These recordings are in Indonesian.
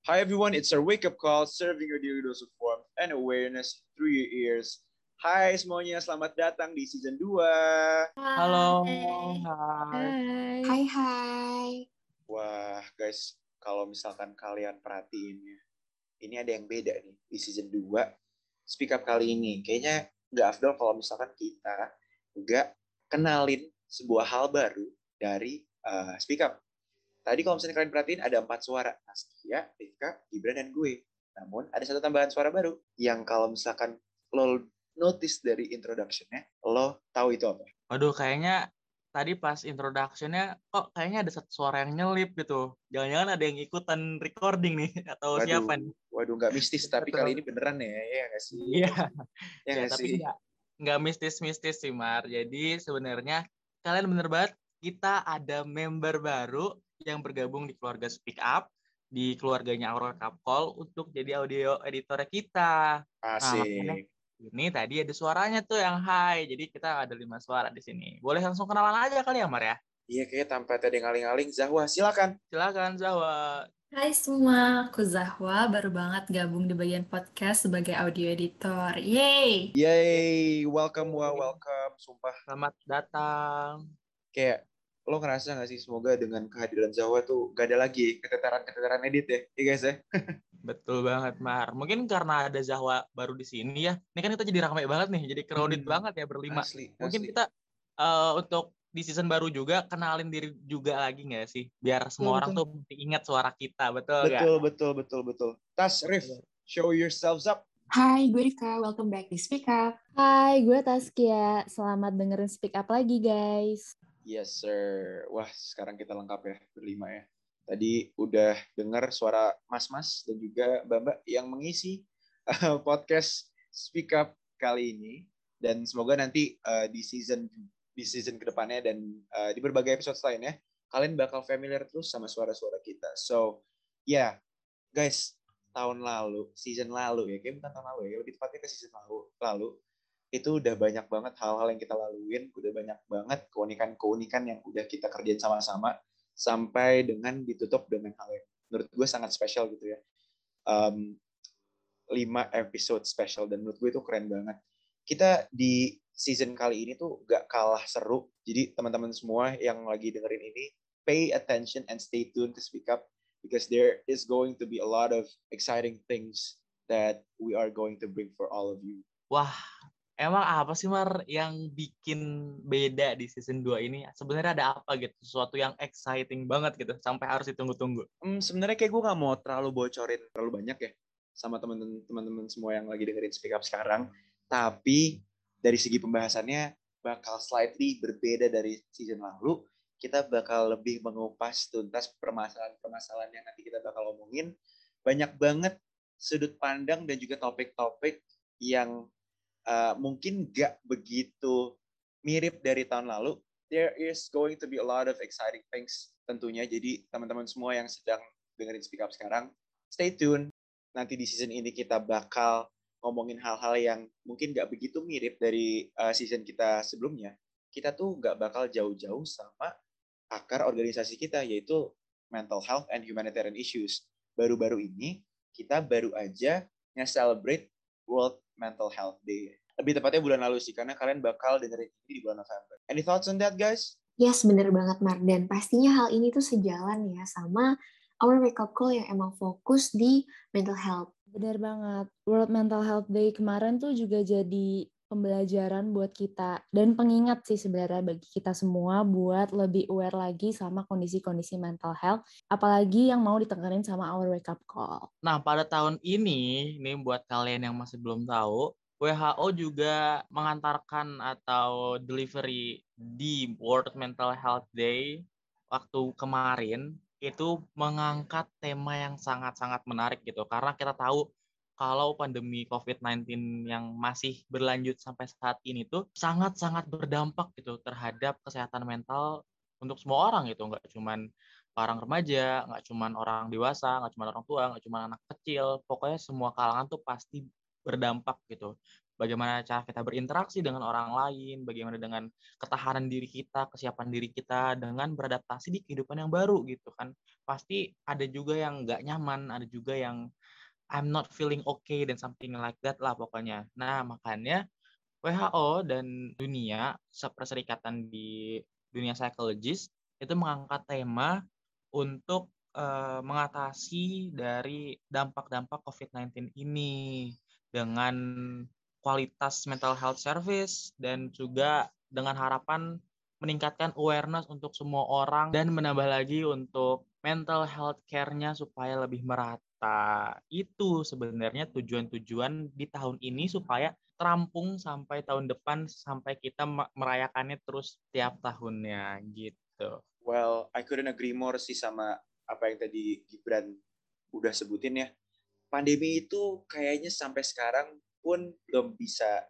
Hi everyone, it's our wake-up call, serving your daily dose of warmth and awareness through your ears. Hai semuanya, selamat datang di season 2. Halo, Hai. Hai. Wah guys, kalau misalkan kalian perhatiin ya, ini ada yang beda nih di season 2. Speak Up kali ini, kayaknya nggak afdol kalau misalkan kita nggak kenalin sebuah hal baru dari Speak Up. Tadi kalau misalnya kalian perhatiin ada 4 suara, Taskia, Rifka, Gibran, dan gue. Namun ada satu tambahan suara baru yang kalau misalkan lo notice dari introduction-nya, lo tahu itu apa? Waduh, kayaknya tadi pas introduction-nya kok kayaknya ada satu suara yang nyelip gitu. Jangan-jangan ada yang ikutan recording nih atau siapa nih? Waduh, nggak mistis, tapi kali ini beneran ya nggak sih? Iya, Ya nggak tapi sih? nggak mistis-mistis sih, Mar. Jadi sebenarnya kalian bener banget, kita ada member baru yang bergabung di keluarga Speak Up, di keluarganya Aurora Kapkol untuk jadi audio editor kita. Nah, makanya Asik. ini tadi ada suaranya tuh yang high. Jadi kita ada 5 suara di sini. Boleh langsung kenalan aja kali ya, Mar ya? Iya, kayak tanpa tadi ngaling-ngaling. Zahwa, silakan. Silakan, Zawa. Hai semua, aku Zahwa, baru banget gabung di bagian podcast sebagai audio editor. Yeay! Yay, welcome. Sumpah, Selamat datang. kayak lo ngerasa nggak sih semoga dengan kehadiran Zahwa tuh gak ada lagi keteteran edit ya, iya guys ya? Betul banget, Mar. Mungkin karena ada Zahwa baru di sini ya. Ini kan kita jadi ramai banget nih, jadi crowded banget ya berlima. Asli. Mungkin kita untuk di season baru juga kenalin diri juga lagi nggak sih? Biar semua orang tuh ingat suara kita, betul nggak? Betul. Tas, Rif, show yourselves up. Hai, gue Rika, welcome back di Speak Up. Hai, gue Taskia. Selamat dengerin Speak Up lagi, guys. Yes, sir. Wah, sekarang kita lengkap ya, berlima ya. Tadi udah dengar suara mas-mas dan juga mbak-mbak yang mengisi podcast Speak Up kali ini. Dan semoga nanti di season kedepannya dan di berbagai episode lainnya, kalian bakal familiar terus sama suara-suara kita. So, yeah, guys, season lalu ya, kayak bukan tahun lalu ya, lebih tepatnya ke season lalu itu udah banyak banget hal-hal yang kita laluin, udah banyak banget keunikan yang udah kita kerjain sama-sama, sampai dengan ditutup dengan hal yang menurut gue sangat spesial gitu ya. 5 episode spesial, dan menurut gue itu keren banget. Kita di season kali ini tuh gak kalah seru, jadi teman-teman semua yang lagi dengerin ini, pay attention and stay tuned to Speak Up, because there is going to be a lot of exciting things that we are going to bring for all of you. Wah, emang apa sih, Mar, yang bikin beda di season 2 ini? Sebenarnya ada apa gitu? Sesuatu yang exciting banget gitu, sampai harus ditunggu-tunggu. Sebenarnya kayak gue gak mau terlalu bocorin terlalu banyak ya sama teman-teman semua yang lagi dengerin Speak Up sekarang. Tapi dari segi pembahasannya bakal slightly berbeda dari season lalu. Kita bakal lebih mengupas tuntas permasalahan-permasalahan yang nanti kita bakal omongin. Banyak banget sudut pandang dan juga topik-topik yang mungkin gak begitu mirip dari tahun lalu. There is going to be a lot of exciting things tentunya. Jadi teman-teman semua yang sedang dengerin Speak Up sekarang, stay tune. Nanti di season ini kita bakal ngomongin hal-hal yang mungkin gak begitu mirip dari season kita sebelumnya. Kita tuh gak bakal jauh-jauh sama akar organisasi kita, yaitu mental health and humanitarian issues. Baru-baru ini kita baru aja nge-celebrate World Mental Health Day. Lebih tepatnya bulan lalu sih, karena kalian bakal dengerin ini di bulan November. Any thoughts on that, guys? Yes, bener banget, Mar. Dan pastinya hal ini tuh sejalan ya sama our wake up call yang emang fokus di mental health. Benar banget. World Mental Health Day kemarin tuh juga jadi pembelajaran buat kita. Dan pengingat sih sebenarnya bagi kita semua buat lebih aware lagi sama kondisi-kondisi mental health. Apalagi yang mau ditekenin sama our wake up call. Nah, pada tahun ini, buat kalian yang masih belum tahu, WHO juga mengantarkan atau delivery di World Mental Health Day waktu kemarin itu mengangkat tema yang sangat-sangat menarik gitu. Karena kita tahu kalau pandemi COVID-19 yang masih berlanjut sampai saat ini tuh sangat-sangat berdampak gitu terhadap kesehatan mental untuk semua orang gitu. Nggak cuman orang remaja, nggak cuman orang dewasa, nggak cuman orang tua, nggak cuman anak kecil. Pokoknya semua kalangan tuh pasti berdampak gitu. bagaimana cara kita berinteraksi dengan orang lain, bagaimana dengan ketahanan diri kita, kesiapan diri kita dengan beradaptasi di kehidupan yang baru gitu kan. Pasti ada juga yang nggak nyaman, ada juga yang I'm not feeling okay dan something like that lah pokoknya. Nah, makanya WHO dan perserikatan di dunia psikologis itu mengangkat tema untuk mengatasi dari dampak-dampak COVID-19 ini dengan kualitas mental health service dan juga dengan harapan meningkatkan awareness untuk semua orang dan menambah lagi untuk mental health care-nya supaya lebih merata. Itu sebenarnya tujuan-tujuan di tahun ini supaya terampung sampai tahun depan sampai kita merayakannya terus tiap tahunnya gitu. Well, I couldn't agree more sih sama apa yang tadi Gibran udah sebutin ya. Pandemi itu kayaknya sampai sekarang pun belum bisa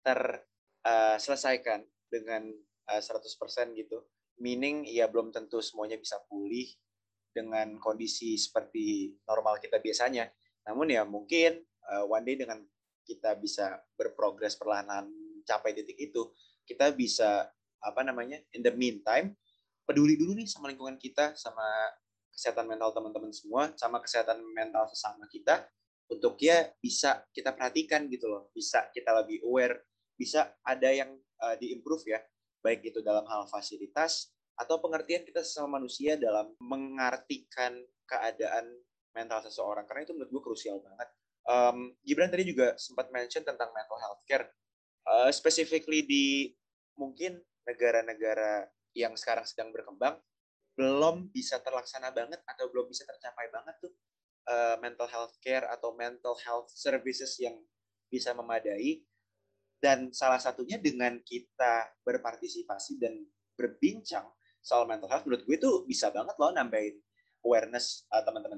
terselesaikan dengan 100% gitu. Meaning ya belum tentu semuanya bisa pulih dengan kondisi seperti normal kita biasanya. Namun ya mungkin one day dengan kita bisa berprogres perlahan capai titik itu, kita bisa in the meantime peduli dulu nih sama lingkungan kita, sama kesehatan mental teman-teman semua, sama kesehatan mental sesama kita, untuk ya bisa kita perhatikan gitu loh, bisa kita lebih aware, bisa ada yang diimprove ya, baik itu dalam hal fasilitas atau pengertian kita sesama manusia dalam mengartikan keadaan mental seseorang, karena itu menurut gue krusial banget. Gibran tadi juga sempat mention tentang mental health care, specifically di mungkin negara-negara yang sekarang sedang berkembang, belum bisa terlaksana banget atau belum bisa tercapai banget tuh mental health care atau mental health services yang bisa memadai. Dan salah satunya dengan kita berpartisipasi dan berbincang soal mental health, menurut gue itu bisa banget loh nambahin awareness teman-teman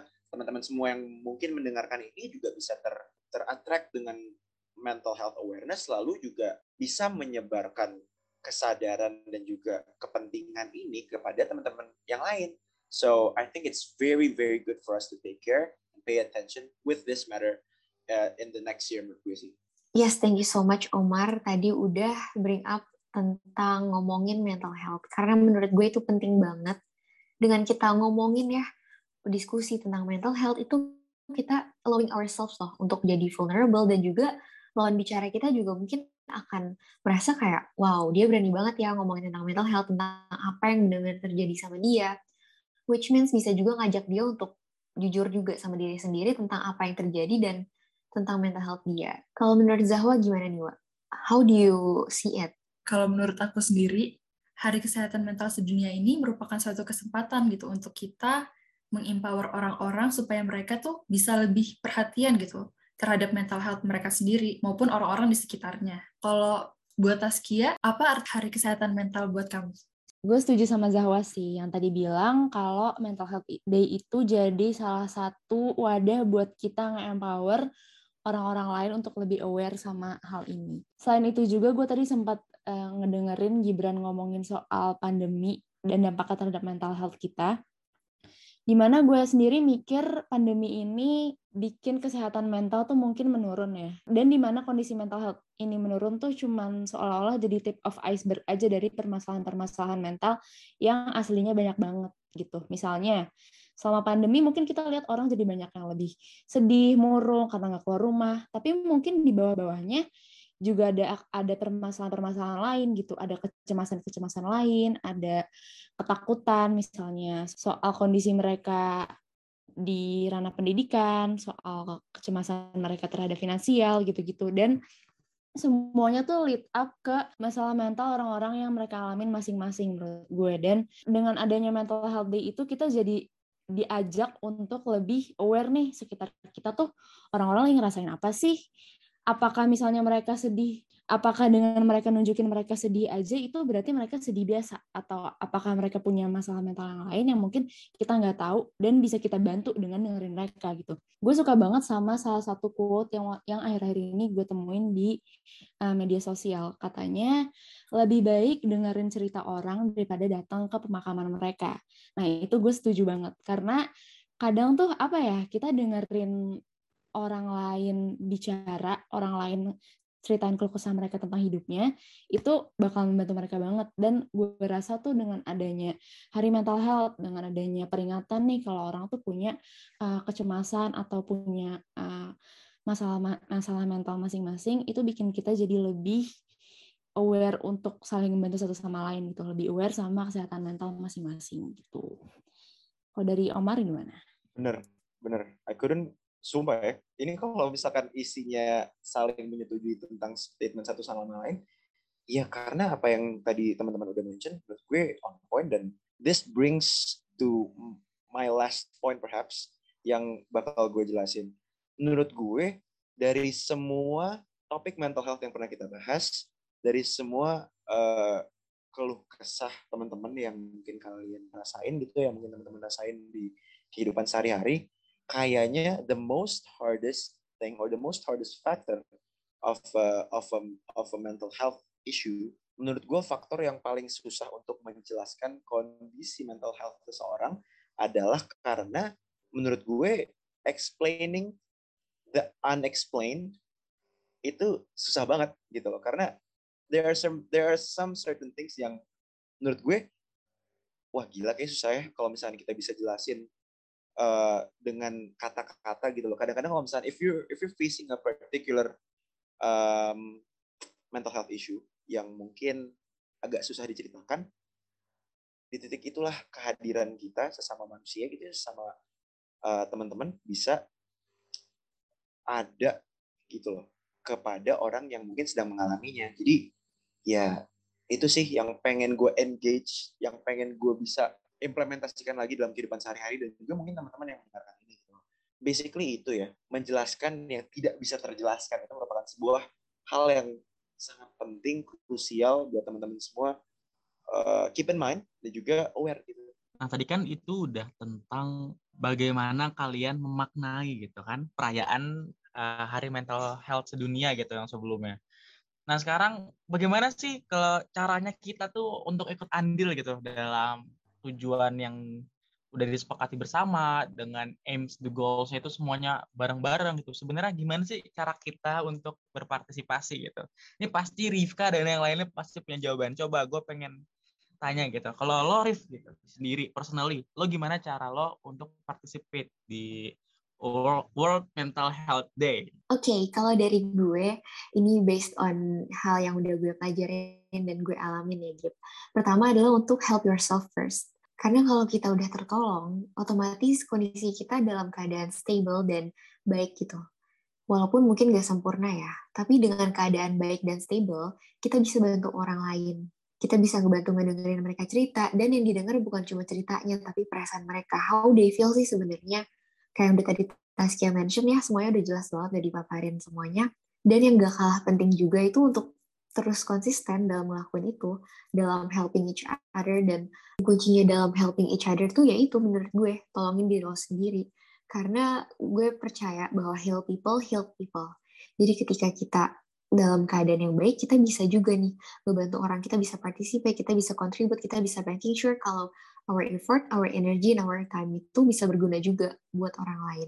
semua yang mungkin mendengarkan ini juga bisa ter-attract dengan mental health awareness, lalu juga bisa menyebarkan kesadaran dan juga kepentingan ini kepada teman-teman yang lain. So I think it's very, very good for us to take care and pay attention with this matter in the next year, menurut gue sih. Yes, thank you so much Omar. Tadi udah bring up tentang ngomongin mental health. Karena menurut gue itu penting banget. Dengan kita ngomongin ya, diskusi tentang mental health itu kita allowing ourselves loh untuk jadi vulnerable, dan juga lawan bicara kita juga mungkin akan merasa kayak, wow, dia berani banget ya ngomongin tentang mental health, tentang apa yang benar-benar terjadi sama dia. Which means bisa juga ngajak dia untuk jujur juga sama diri sendiri tentang apa yang terjadi dan tentang mental health dia. Kalau menurut Zahwa gimana nih, Wak? How do you see it? Kalau menurut aku sendiri, Hari Kesehatan Mental Sedunia ini merupakan suatu kesempatan gitu untuk kita mengempower orang-orang supaya mereka tuh bisa lebih perhatian gitu terhadap mental health mereka sendiri maupun orang-orang di sekitarnya. Kalau buat Taskia, apa arti Hari Kesehatan Mental buat kamu? Gue setuju sama Zahwa sih, yang tadi bilang kalau Mental Health Day itu jadi salah satu wadah buat kita nge-empower orang-orang lain untuk lebih aware sama hal ini. Selain itu juga gue tadi sempat ngedengerin Gibran ngomongin soal pandemi dan dampaknya terhadap mental health kita. Dimana gue sendiri mikir pandemi ini bikin kesehatan mental tuh mungkin menurun ya. Dan dimana kondisi mental health ini menurun tuh cuman seolah-olah jadi tip of iceberg aja dari permasalahan-permasalahan mental yang aslinya banyak banget gitu. Misalnya, selama pandemi mungkin kita lihat orang jadi banyak yang lebih sedih, murung, karena nggak keluar rumah. Tapi mungkin di bawah-bawahnya juga ada permasalahan-permasalahan lain gitu, ada kecemasan-kecemasan lain, ada ketakutan misalnya soal kondisi mereka di ranah pendidikan, soal kecemasan mereka terhadap finansial gitu-gitu, dan semuanya tuh lead up ke masalah mental orang-orang yang mereka alamin masing-masing menurut gue. Dan dengan adanya mental health day itu kita jadi diajak untuk lebih aware nih sekitar kita tuh orang-orang yang ngerasain apa sih. Apakah misalnya mereka sedih, apakah dengan mereka nunjukin mereka sedih aja itu berarti mereka sedih biasa, atau apakah mereka punya masalah mental yang lain yang mungkin kita nggak tahu dan bisa kita bantu dengan dengerin mereka gitu. Gue suka banget sama salah satu quote yang akhir-akhir ini gue temuin di media sosial. Katanya, lebih baik dengerin cerita orang daripada datang ke pemakaman mereka. Nah itu gue setuju banget, karena kadang tuh apa ya, kita dengerin orang lain bicara, orang lain ceritain keluh kesah mereka tentang hidupnya, itu bakal membantu mereka banget. Dan gue rasa tuh dengan adanya Hari Mental Health, dengan adanya peringatan nih kalau orang tuh punya kecemasan atau punya masalah mental masing-masing, itu bikin kita jadi lebih aware untuk saling membantu satu sama lain gitu, lebih aware sama kesehatan mental masing-masing gitu. Kalau dari Omar gimana? Bener. I couldn't, sumpah ya. Ini kalau misalkan isinya saling menyetujui tentang statement satu sama lain, ya karena apa yang tadi teman-teman udah mention, menurut gue on point, dan this brings to my last point perhaps, yang bakal gue jelasin. Menurut gue, dari semua topik mental health yang pernah kita bahas, dari semua keluh kesah teman-teman yang mungkin kalian rasain gitu, yang mungkin teman-teman rasain di kehidupan sehari-hari, kayaknya the most hardest thing or the most hardest factor of a mental health issue, menurut gue faktor yang paling susah untuk menjelaskan kondisi mental health seseorang adalah karena menurut gue explaining the unexplained itu susah banget gitu loh, karena there are some certain things yang menurut gue wah gila kayak susah ya kalau misalnya kita bisa jelasin dengan kata-kata gitu loh. Kadang-kadang kalau misalnya if you're facing a particular mental health issue yang mungkin agak susah diceritakan, di titik itulah kehadiran kita sesama manusia gitu, sesama teman-teman bisa ada gitu loh kepada orang yang mungkin sedang mengalaminya. Jadi ya itu sih yang pengen gue engage, yang pengen gue bisa implementasikan lagi dalam kehidupan sehari-hari, dan juga mungkin teman-teman yang mendengarkan ini gitu. Basically itu ya, menjelaskan yang tidak bisa terjelaskan itu merupakan sebuah hal yang sangat penting, krusial buat teman-teman semua. Keep in mind dan juga aware gitu. Nah, tadi kan itu udah tentang bagaimana kalian memaknai gitu kan perayaan Hari Mental Health sedunia gitu yang sebelumnya. Nah, sekarang bagaimana sih kalau caranya kita tuh untuk ikut andil gitu dalam tujuan yang udah disepakati bersama, dengan aims, the goals-nya itu semuanya bareng-bareng gitu. Sebenarnya gimana sih cara kita untuk berpartisipasi gitu? Ini pasti Rifka dan yang lainnya pasti punya jawaban. Coba gue pengen tanya gitu. Kalau lo Rif gitu sendiri personally, lo gimana cara lo untuk participate di World Mental Health Day? Oke, kalau dari gue, ini based on hal yang udah gue pelajarin dan gue alamin ya, Gip. Pertama adalah untuk help yourself first. Karena kalau kita udah tertolong, otomatis kondisi kita dalam keadaan stable dan baik gitu. Walaupun mungkin gak sempurna ya, tapi dengan keadaan baik dan stable, kita bisa bantu orang lain. Kita bisa ngebantu ngedengerin mereka cerita, dan yang didengar bukan cuma ceritanya, tapi perasaan mereka. How they feel sih sebenarnya. Kayak yang udah tadi Taskia mention ya, semuanya udah jelas banget, udah dipaparin semuanya. Dan yang gak kalah penting juga itu untuk terus konsisten dalam ngelakuin itu, dalam helping each other, dan kuncinya dalam helping each other tuh yaitu menurut gue, tolongin diri lo sendiri. Karena gue percaya bahwa heal people. Jadi ketika kita dalam keadaan yang baik, kita bisa juga nih ngebantu orang, kita bisa participate, kita bisa contribute, kita bisa making sure kalau our effort, our energy, and our time itu bisa berguna juga buat orang lain.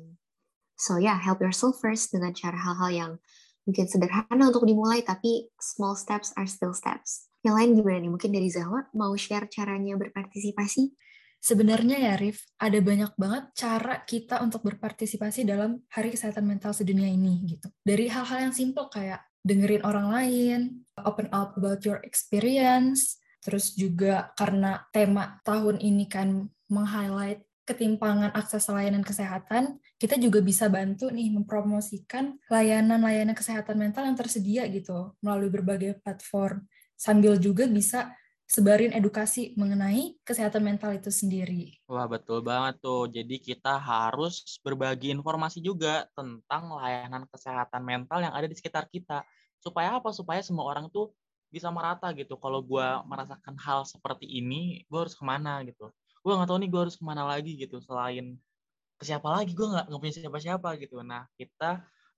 So yeah, help yourself first dengan cara hal-hal yang mungkin sederhana untuk dimulai, tapi small steps are still steps. Yang lain gimana nih? Mungkin dari Zahwa mau share caranya berpartisipasi? Sebenarnya ya, Rif, ada banyak banget cara kita untuk berpartisipasi dalam Hari Kesehatan Mental Sedunia ini gitu. Dari hal-hal yang simple kayak dengerin orang lain, open up about your experience, terus juga karena tema tahun ini kan meng-highlight ketimpangan akses layanan kesehatan, kita juga bisa bantu nih mempromosikan layanan-layanan kesehatan mental yang tersedia gitu melalui berbagai platform, sambil juga bisa sebarin edukasi mengenai kesehatan mental itu sendiri. Wah, betul banget tuh. Jadi kita harus berbagi informasi juga tentang layanan kesehatan mental yang ada di sekitar kita. Supaya apa? Supaya semua orang tuh bisa merata gitu. Kalau gue merasakan hal seperti ini, gue harus kemana gitu. Gue nggak tahu nih gue harus kemana lagi gitu. Selain ke siapa lagi, gue nggak punya siapa-siapa gitu. Nah, kita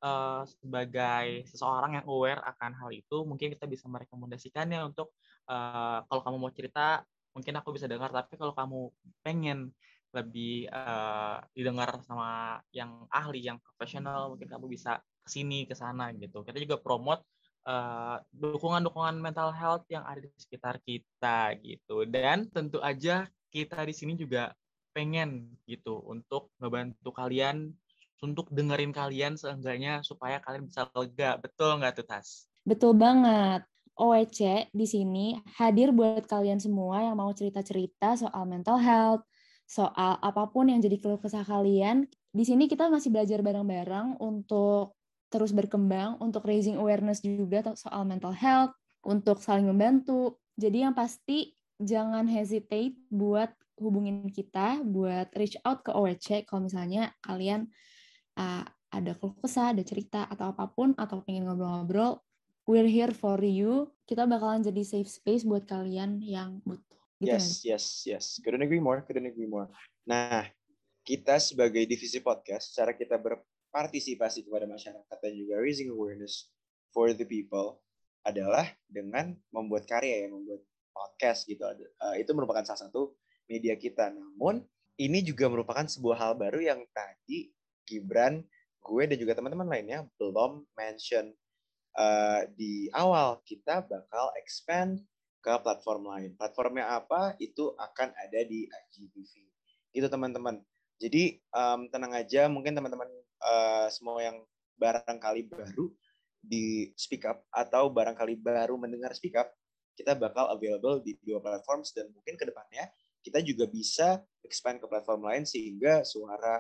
sebagai seseorang yang aware akan hal itu, mungkin kita bisa merekomendasikannya untuk kalau kamu mau cerita, mungkin aku bisa dengar, tapi kalau kamu pengen lebih didengar sama yang ahli, yang profesional, mungkin kamu bisa kesini, kesana gitu. Kita juga promote dukungan-dukungan mental health yang ada di sekitar kita gitu. Dan tentu aja kita di sini juga pengen gitu untuk ngebantu kalian, untuk dengerin kalian seenggaknya supaya kalian bisa lega. Betul nggak tuh, Tas? Betul banget. OEC di sini hadir buat kalian semua yang mau cerita-cerita soal mental health, soal apapun yang jadi keluh kesah kalian. Di sini kita masih belajar bareng-bareng untuk terus berkembang, untuk raising awareness juga soal mental health, untuk saling membantu. Jadi yang pasti jangan hesitate buat hubungin kita, buat reach out ke OEC kalau misalnya kalian ada keluh kesah, ada cerita atau apapun, atau pengen ngobrol-ngobrol. We're here for you. Kita bakalan jadi safe space buat kalian yang butuh. Gitu Yes. Couldn't agree more. Nah, kita sebagai divisi podcast, cara kita berpartisipasi kepada masyarakat dan juga raising awareness for the people adalah dengan membuat karya, membuat podcast gitu. Itu merupakan salah satu media kita. Namun, ini juga merupakan sebuah hal baru yang tadi Gibran, gue, dan juga teman-teman lainnya belum mention. Di awal kita bakal expand ke platform lain. Platformnya apa? Itu akan ada di IGTV. Gitu teman-teman. Jadi tenang aja, mungkin teman-teman semua yang barangkali baru di Speak Up atau barangkali baru mendengar Speak Up, kita bakal available di 2 platform dan mungkin ke depannya kita juga bisa expand ke platform lain sehingga suara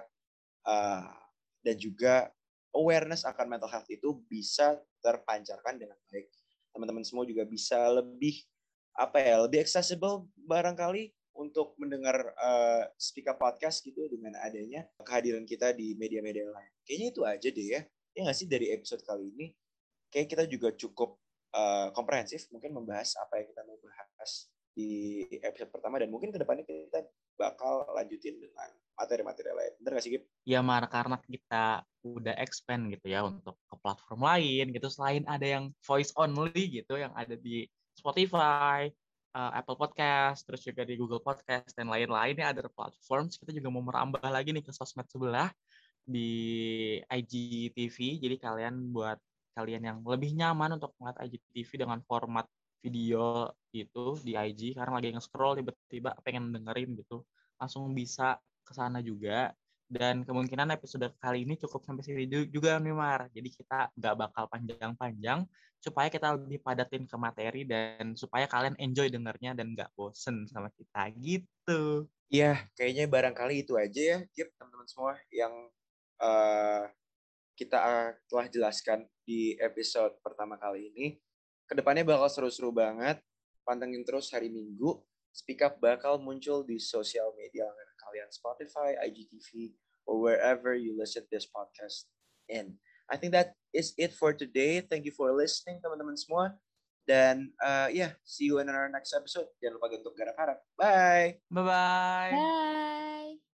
dan juga awareness akan mental health itu bisa terpancarkan dengan baik. Teman-teman semua juga bisa lebih accessible barangkali untuk mendengar Speak Up Podcast gitu dengan adanya kehadiran kita di media-media lain. Kayaknya itu aja deh ya. Ya nggak sih dari episode kali ini? Kayak kita juga cukup komprehensif mungkin membahas apa yang kita mau bahas di episode pertama dan mungkin kedepannya kita bakal lanjutin dengan materi-materi lain. Bener gak sih, Gip? Ya, Mar, karena kita udah expand gitu ya untuk ke platform lain gitu. Selain ada yang voice only gitu, yang ada di Spotify, Apple Podcast, terus juga di Google Podcast, dan lain-lainnya ada platform. Kita juga mau merambah lagi nih ke sosmed sebelah di IGTV. Jadi buat kalian yang lebih nyaman untuk melihat IGTV dengan format video gitu di IG, karena lagi nge-scroll tiba-tiba pengen dengerin gitu, langsung bisa ke sana juga. Dan kemungkinan episode kali ini cukup sampai sini juga nih, Mar. Jadi kita nggak bakal panjang-panjang supaya kita lebih padatin ke materi dan supaya kalian enjoy dengernya dan nggak bosen sama kita gitu. Iya, kayaknya barangkali itu aja ya, Gip, teman-teman semua yang kita telah jelaskan di episode pertama kali ini. Kedepannya bakal seru-seru banget. Pantengin terus hari Minggu. Speak Up bakal muncul di sosial media kalian, Spotify, IGTV, or wherever you listen this podcast in. I think that is it for today. Thank you for listening, teman-teman semua. Dan see you in our next episode. Jangan lupa untuk garap-garap. Bye! Bye-bye! Bye!